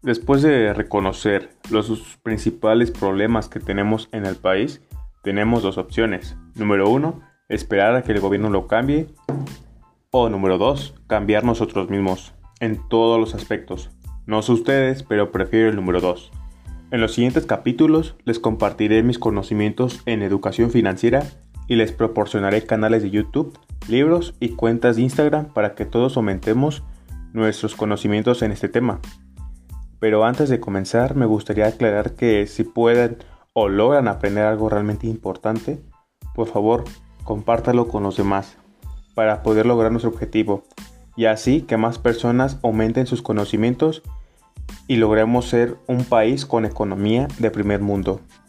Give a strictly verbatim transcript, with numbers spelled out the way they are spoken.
Después de reconocer los principales problemas que tenemos en el país, tenemos dos opciones. Número uno, esperar a que el gobierno lo cambie. O número dos, cambiar nosotros mismos, en todos los aspectos. No sé ustedes, pero prefiero el número dos. En los siguientes capítulos les compartiré mis conocimientos en educación financiera y les proporcionaré canales de YouTube, libros y cuentas de Instagram para que todos aumentemos nuestros conocimientos en este tema. Pero antes de comenzar, me gustaría aclarar que si pueden o logran aprender algo realmente importante, por favor, compártalo con los demás para poder lograr nuestro objetivo y así que más personas aumenten sus conocimientos y logremos ser un país con economía de primer mundo.